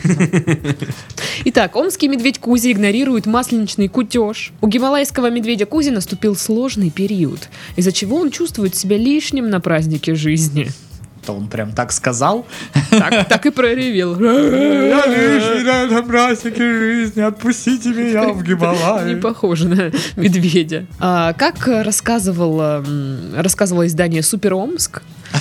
Итак, омский медведь Кузя игнорирует масленичный кутеж. У гималайского медведя Кузи наступил сложный период, из-за чего он чувствует себя лишним на празднике жизни. То он прям так сказал. Так, так и проревел. Я лишний на празднике жизни, отпустите меня в Не Гималай. похоже на медведя. А, как рассказывало, м, рассказывало издание Супер Омск,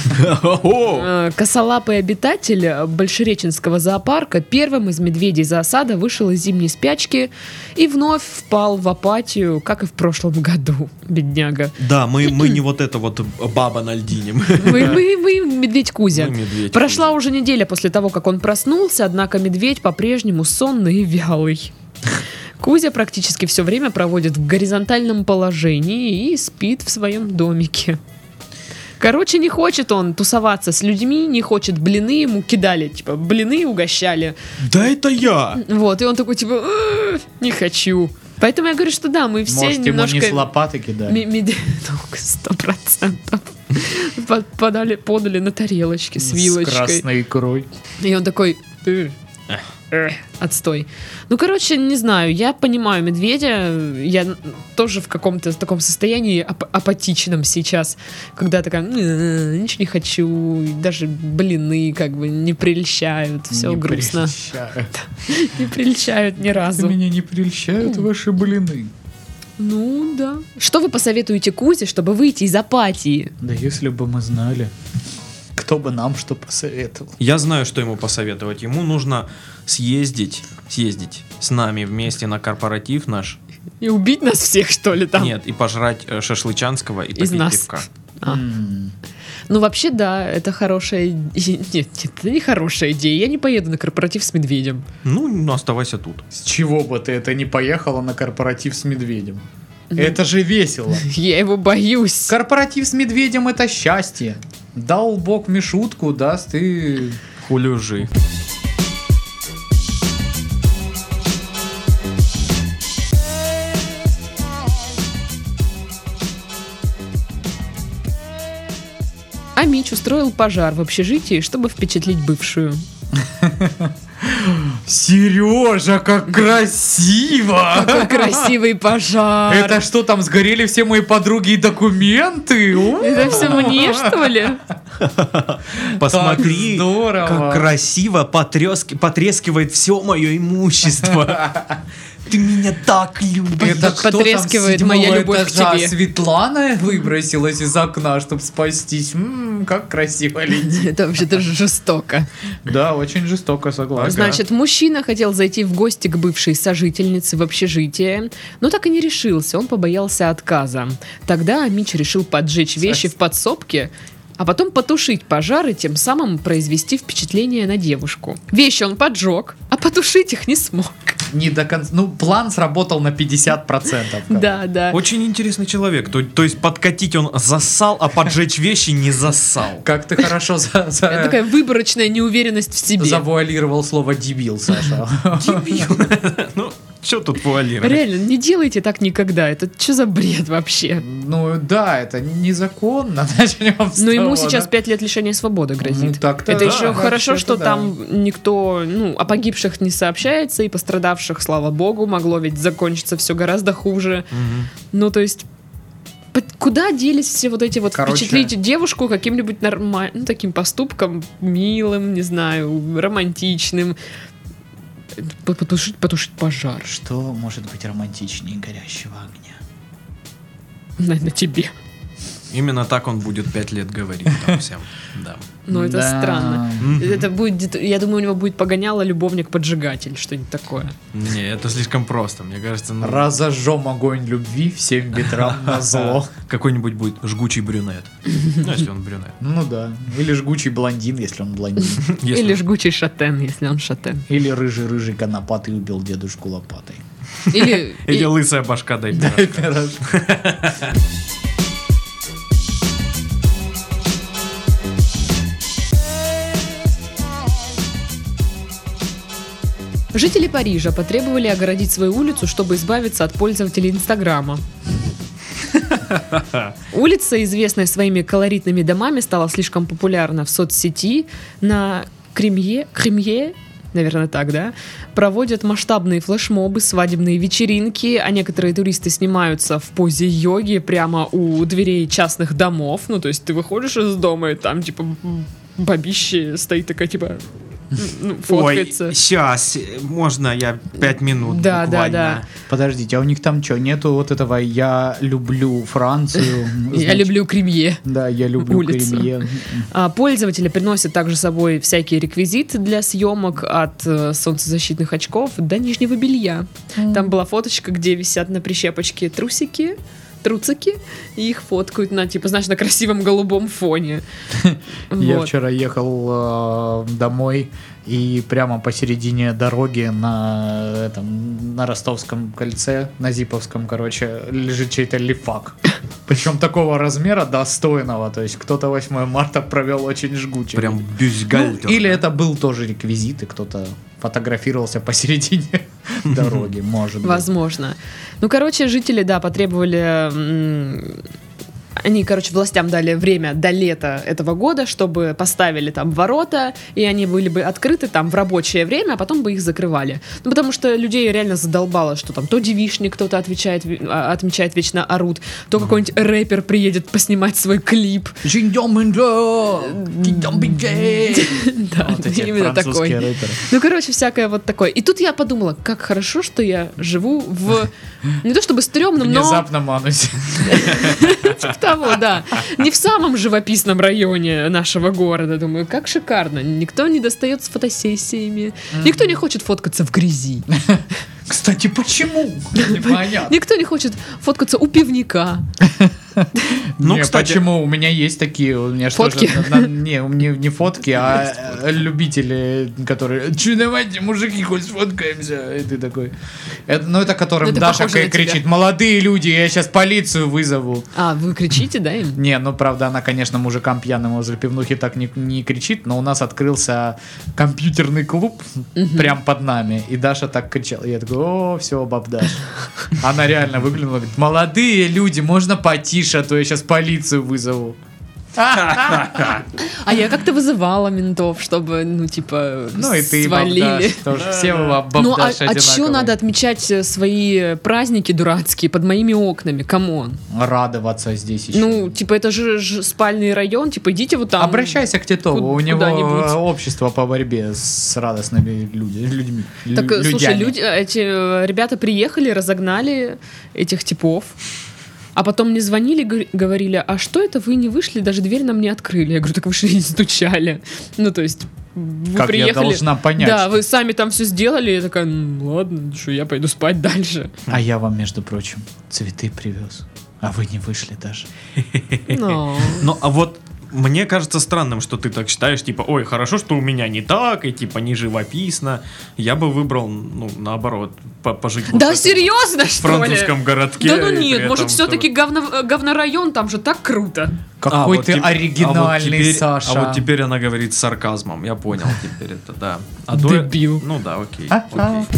э, косолапый обитатель Большереченского зоопарка первым из медведей зоосада вышел из зимней спячки и вновь впал в апатию, как и в прошлом году, бедняга. Да, мы, мы не вот это вот баба на льдине. Мы Мы, мы- мы медведь Кузя. мы медведь. Прошла уже неделя после того, как он проснулся, однако медведь по-прежнему сонный и вялый. Кузя практически все время проводит в горизонтальном положении и спит в своем домике. Короче, не хочет он тусоваться с людьми, не хочет блины, ему кидали, типа, блины угощали. Да это я! Вот, и он такой, типа, «Э, не хочу. Поэтому я говорю, что да, мы все Может, ему немножко... не с лопаты кидали. Ме- меди- Ну, сто процентов. Под- Подали, подали на тарелочке с С вилочкой. красной икрой. И он такой... «Э, э, Отстой. Ну, короче, не знаю, я понимаю медведя, я тоже в каком-то таком состоянии ап- апатичном сейчас, когда такая, «Э, ничего не хочу, даже блины как бы не прельщают, все Не грустно, прельщают. не прельщают ни разу. Меня не прельщают ваши блины. Ну, да. Что вы посоветуете Кузе, чтобы выйти из апатии? Да если бы мы знали, кто бы нам что посоветовал. Я знаю, что ему посоветовать. Ему нужно съездить, съездить с нами вместе на корпоратив наш. И убить нас всех, что ли, там? Нет, и пожрать э, шашлычанского и Из попить нас. пивка. А. М. Ну, вообще, да, это хорошая... и- Нет, нет, это не хорошая идея. Я не поеду на корпоратив с медведем. Ну, ну, оставайся тут. С чего бы ты это не поехала на корпоратив с медведем? Это же весело. Я его боюсь. Корпоратив с медведем — это счастье. Дал Бог Мишутку, даст и... Хулюжи. А Мич устроил пожар в общежитии, чтобы впечатлить бывшую. Сережа, как красиво! Какой красивый пожар! Это что, там сгорели все мои подруги и документы? О, Это все мне, что ли? Посмотри, так здорово. как красиво потрёски- потрескивает все мое имущество. Ты меня так любишь. Это кто там с Потрескивает седьмого моя любовь к этажа? тебе. Светлана выбросилась из окна, чтобы спастись. М, как красиво летит. Это вообще-то жестоко. Да, очень жестоко, согласен. Значит, мужчина Мужчина хотел зайти в гости к бывшей сожительнице в общежитие, но так и не решился, он побоялся отказа. Тогда Мич решил поджечь вещи в подсобке, а потом потушить пожар и тем самым произвести впечатление на девушку. Вещи он поджег, а потушить их не смог. Не до конца. Ну, план сработал на пятьдесят процентов. Да, да. Очень интересный человек. То, то есть подкатить он зассал, а поджечь вещи не зассал. Как ты хорошо за, за, Это такая выборочная неуверенность в себе. завуалировал слово «дебил», Саша. Ну, что тут вуалировать? Реально, не делайте так никогда. Это что за бред вообще? Ну да, это незаконно. Начнем с Но ему того, сейчас да? пять лет лишения свободы гразит. Ну, так-то Это да, еще хорошо, вообще-то что да. там никто, ну, о погибших не сообщается, и пострадавших, слава богу, могло ведь закончиться все гораздо хуже. Мгм. Ну, то есть, под- куда делись все вот эти вот Короче. впечатлить девушку каким-нибудь нормальным, ну, таким поступком, милым, не знаю, романтичным, П- потушить, потушить пожар. Что может быть романтичнее горящего огня? На, на тебе. Именно так он будет пять лет говорить там всем. Да. Ну, это Да. странно. Мгм. Это будет, я думаю, у него будет погоняло любовник-поджигатель, что-нибудь такое. Не, это слишком просто. Мне кажется, ну, Разожжем огонь любви всем ветрам на зло. какой-нибудь будет жгучий брюнет. Ну, если он брюнет. Ну да. Или жгучий блондин, если он блондин. Если Или он- жгучий шатен, если он шатен. Или рыжий-рыжий конопатый убил дедушку лопатой. Или, Или и- лысая башка дай Да, пирожка. пирожка. Жители Парижа потребовали огородить свою улицу, чтобы избавиться от пользователей Инстаграма. Улица, известная своими колоритными домами, стала слишком популярна в соцсети. На Кремье, Кремье, наверное, так, да, проводят масштабные флешмобы, свадебные вечеринки, а некоторые туристы снимаются в позе йоги прямо у дверей частных домов. Ну, то есть ты выходишь из дома, и там, типа, бабище стоит такая, типа, ну, фоткается. сейчас, можно я пять минут Да, да, буквально? да. Подождите, а у них там что, нету вот этого «я люблю Францию»? Я Значит, люблю Кремье. Да, я люблю улицу. Кремье. А, Пользователи приносят также с собой всякие реквизиты для съемок, от э, солнцезащитных очков до нижнего белья. Там была фоточка, где висят на прищепочке трусики, труцики, и их фоткают на, типа, знаешь, на красивом голубом фоне. Я Вот. вчера ехал э, домой, и прямо посередине дороги на, этом, на Ростовском кольце, на Зиповском, короче, лежит чей-то лифак. Причем такого размера достойного. То есть кто-то восьмое марта провел очень жгуче. Прям Ну, бюстгальтер. или это был тоже реквизит, и кто-то фотографировался посередине дороги, может быть. Возможно. Ну, короче, жители, да, потребовали... м, Они, короче, властям дали время до лета этого года, чтобы поставили там ворота, и они были бы открыты там в рабочее время, а потом бы их закрывали. Ну, потому что людей реально задолбало, что там то девичник кто-то отвечает, ви- а, отмечает, вечно орут, то какой-нибудь рэпер приедет поснимать свой клип. Да, Вот эти именно такой. французские рэперы. Ну, короче, всякое вот такое. И тут я подумала, как хорошо, что я живу в... Не то чтобы стрёмном, но... Внезапно манусь. Типа того, да. Не в самом живописном районе нашего города. Думаю, как шикарно. Никто не достает с фотосессиями. Никто не хочет фоткаться в грязи. Кстати, почему? Непонятно. Никто не хочет фоткаться у пивника. Ну, Не, кстати- почему? У меня есть такие, у меня что же, Фотки? на- на- не, у меня не фотки, а э, любители, которые, че, давайте, мужики, хоть сфоткаемся, и ты такой. Это, ну, это которым Ну, это Даша похоже на кричит, тебя. молодые люди, я сейчас полицию вызову. А, вы кричите, да, им? Не, ну, правда, она, конечно, мужикам пьяным возле пивнухи так не, не кричит, но у нас открылся компьютерный клуб прям под нами, и Даша так кричала. Я такой, о, все, баб Даша. Она реально выглянула, говорит, молодые люди, можно потише, а то я сейчас полицию вызову. А я как-то вызывала ментов, чтобы, ну, типа, Ну и ты, свалили. бабдаш, тоже все вы баб- Ну, а, бабдаши а чё одинаковые. надо отмечать э, свои праздники дурацкие под моими окнами? Камон. Радоваться здесь еще. Ну, типа, это же ж спальный район, типа, идите вот там. Обращайся к Титову, ку- у него куда-нибудь. общество по борьбе с радостными люди- людьми. Так, лю- э, слушай, людями. люди, эти э, ребята приехали, разогнали этих типов. А потом мне звонили, гов- говорили, а что это вы не вышли, даже дверь нам не открыли. Я говорю, так вы же не стучали. Ну, то есть, вы Как приехали... я должна понять? Да, что- вы сами там все сделали. Я такая, ну, ладно, что, я пойду спать дальше. А я вам, между прочим, цветы привез. А вы не вышли даже. Но... Ну, а вот мне кажется странным, что ты так считаешь, типа, ой, хорошо, что у меня не так, и типа не живописно. Я бы выбрал, ну, наоборот, по- пожить вот Да в этом серьезно, вот что ли? французском городке. Да ну и при нет, этом, может все-таки чтобы- говно, говнорайон, там же так круто. Какой А, вот ты теп- а вот оригинальный, теперь- Саша. А вот теперь она говорит с сарказмом, я понял теперь это, да. А до- Дебил. Ну да, окей, Ага. окей.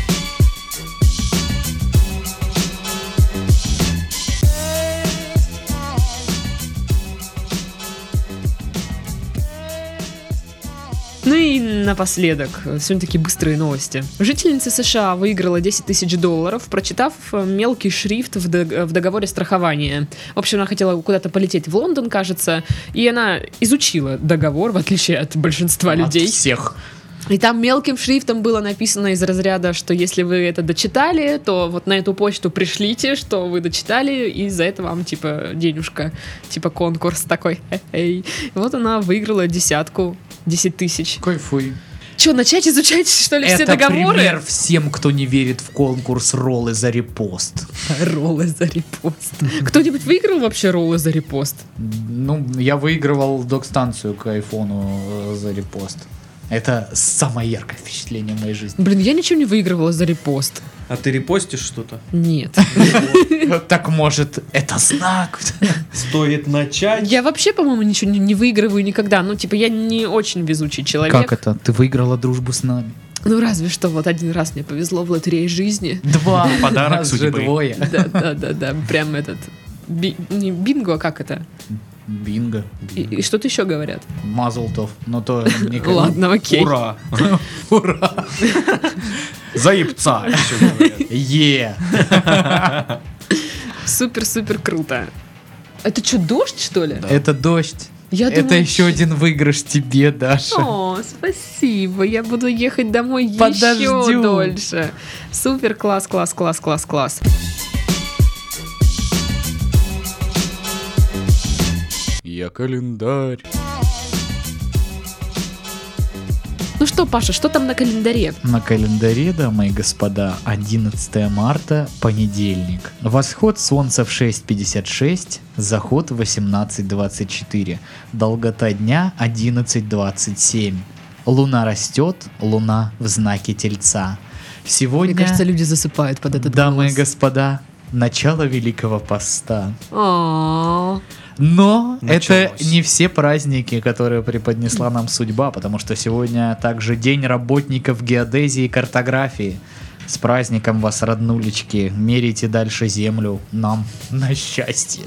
Ну и напоследок, сегодня такие быстрые новости. Жительница США выиграла десять тысяч долларов, прочитав мелкий шрифт в, дог- в договоре страхования. В общем, она хотела куда-то полететь в Лондон, кажется, и она изучила договор, в отличие от большинства От людей. всех. И там мелким шрифтом было написано из разряда, что если вы это дочитали, то вот на эту почту пришлите, что вы дочитали, и за это вам, типа, денежка, типа конкурс такой. Хе-хей. И вот она выиграла десятку, десять тысяч. Кайфуй. Че, начать изучать, что ли, все Это договоры? пример всем, кто не верит в конкурс роллы за репост. Роллы за репост. Кто-нибудь выиграл вообще роллы за репост? Ну, я выигрывал док-станцию к айфону э, за репост. Это самое яркое впечатление в моей жизни. Блин, я ничего не выигрывала за репост. А ты репостишь что-то? Нет. Так может, это знак? Стоит начать. Я вообще, по-моему, ничего не, не выигрываю никогда. Ну, типа, я не очень везучий человек. Как это? Ты выиграла дружбу с нами? Ну, разве что вот один раз мне повезло в лотерее жизни. Два. Подарок Нас же судьбы. двое. Да, да, да, да. Прям этот... би- не бинго, а как это? Бинго. И, и что-то еще говорят. Мазлтов. Ну то никак. Ладно, окей. Ура! Ура. За ебца! еще говорят. Е. Супер-супер круто. Это что, дождь, что ли? Это дождь. Я Это думаю, еще один выигрыш тебе, Даша. О, спасибо. Я буду ехать домой еще Подождю. дольше. Супер, класс, класс, класс, класс, класс. Я календарь. Ну что, Паша, что там на календаре? На календаре, дамы и господа, одиннадцатое марта, понедельник. Восход солнца в шесть пятьдесят шесть, заход в восемнадцать двадцать четыре. Долгота дня одиннадцать двадцать семь. Луна растет, луна в знаке Тельца. Сегодня, Мне кажется, люди засыпают под этот дамы и голос. господа, начало Великого Поста. О, Но Началось. это не все праздники, которые преподнесла нам судьба, потому что сегодня также День работников геодезии и картографии. С праздником вас, роднулечки, мерите дальше землю нам на счастье.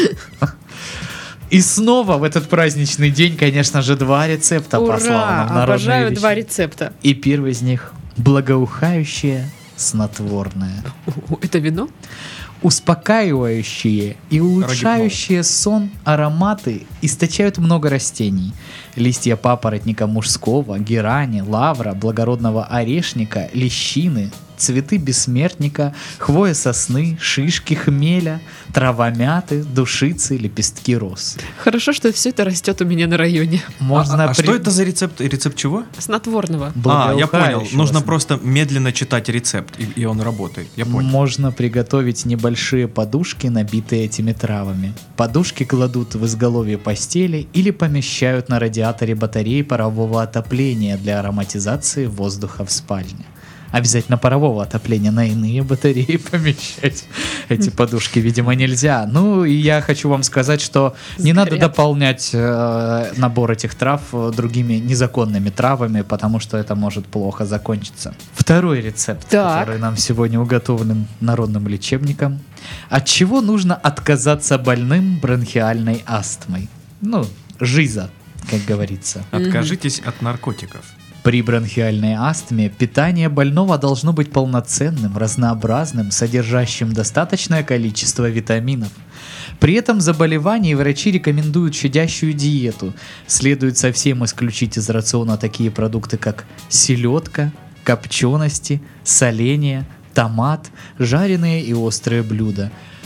И снова в этот праздничный день, конечно же, два рецепта послал ура! нам народные Обожаю вещи. два рецепта. И первый из них благоухающее снотворное. О, это вино? Успокаивающие и улучшающие сон ароматы источают много растений. Листья папоротника мужского, герани, лавра, благородного орешника, лещины, цветы бессмертника, хвоя сосны, шишки хмеля, трава мяты, душицы, лепестки роз. Хорошо, что все это растет у меня на районе. Можно А, а при- что это за рецепт? Рецепт чего? Снотворного. А, я понял. благоухающего Нужно сна. просто медленно читать рецепт, и, и он работает. Я понял. Можно приготовить небольшие подушки, набитые этими травами. Подушки кладут в изголовье постели или помещают на радиаторе батареи парового отопления для ароматизации воздуха в спальне. Обязательно парового отопления, на иные батареи помещать эти подушки, видимо, нельзя. Ну, и я хочу вам сказать, что не надо Сгорят. дополнять э, набор этих трав э, другими незаконными травами, потому что это может плохо закончиться. Второй рецепт, Так. который нам сегодня уготовлен народным лечебником. От чего нужно отказаться больным бронхиальной астмой? Ну, жиза, как говорится. Откажитесь от наркотиков. При бронхиальной астме питание больного должно быть полноценным, разнообразным, содержащим достаточное количество витаминов. При этом заболевании врачи рекомендуют щадящую диету. Следует совсем исключить из рациона такие продукты, как селедка, копчености, соленья, томат, жареные и острые блюда.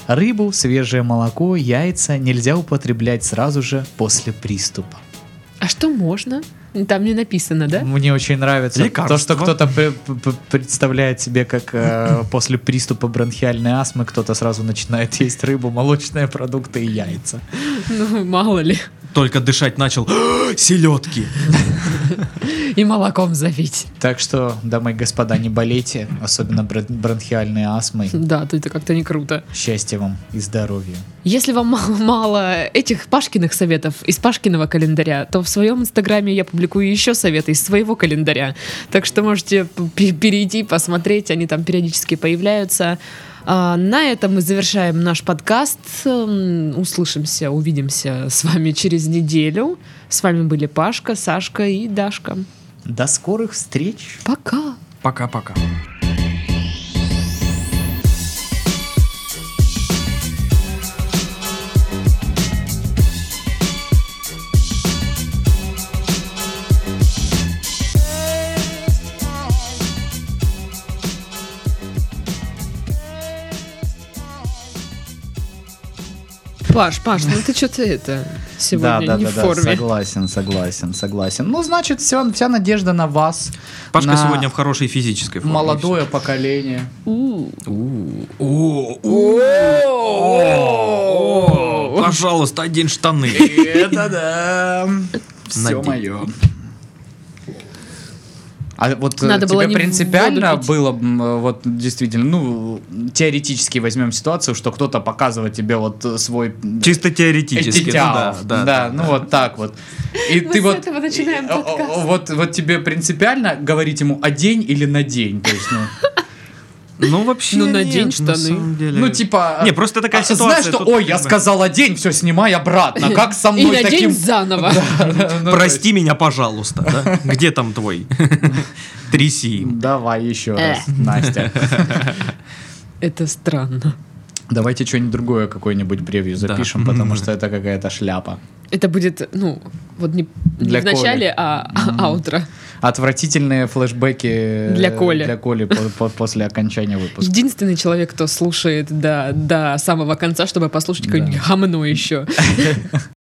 Рыбу, свежее молоко, яйца нельзя употреблять сразу же после приступа. А что можно? Там не написано, да? Мне очень нравится Лекарство. то, что кто-то пр- пр- представляет себе, как э, после приступа бронхиальной астмы кто-то сразу начинает есть рыбу, молочные продукты и яйца. Ну, мало ли. Только дышать начал. Селедки. И молоком завить. Так что, дамы и господа, не болейте, особенно бр- бронхиальной астмой. Да, то это как-то не круто. Счастья вам и здоровья. Если вам мало, мало этих Пашкиных советов из Пашкиного календаря, то в своем инстаграме я публикую еще советы из своего календаря. Так что можете п- перейти, посмотреть, они там периодически появляются. А, на этом мы завершаем наш подкаст. М, Услышимся, увидимся с вами через неделю. С вами были Пашка, Сашка и Дашка. До скорых встреч! Пока! Пока-пока. Паш, Паш, ну ты что-то это сегодня да, да, не да, в да, форме. согласен, согласен, согласен. Ну, значит, все, вся надежда на вас. Пашка на сегодня в хорошей физической форме. молодое поколение. У. О, о, пожалуйста, одень штаны. Это да. Все Надень. мое. А вот Надо э, было тебе не принципиально воду пить. было, м, вот действительно, ну, теоретически возьмем ситуацию, что кто-то показывает тебе вот э, свой Чисто теоретически. ну идеал. да, да, да, ну вот так вот. И Мы ты с вот, этого начинаем и, о, подкаст. о, вот, вот тебе принципиально говорить ему одень или надень, то есть, ну, Ну, вообще Ну, нет, надень на штаны. самом деле. ну типа. Не, просто такая а, ситуация. Знаешь, что, тут ой, как я бы- сказал одень, все, снимай обратно, как со И мной надень таким. заново. Ну, Прости меня, пожалуйста. да? Где там твой? Тряси. Давай еще Э. раз, Настя. Это странно. Давайте что-нибудь другое, какой-нибудь превью Да. запишем, потому что это какая-то шляпа. Это будет, ну, вот не, не Для в начале, Коли. а а- аутро. Отвратительные флешбеки Для Коли. для Коли по- по- после окончания выпуска. Единственный человек, кто слушает до, до самого конца, чтобы послушать Да. какое-нибудь гомно еще.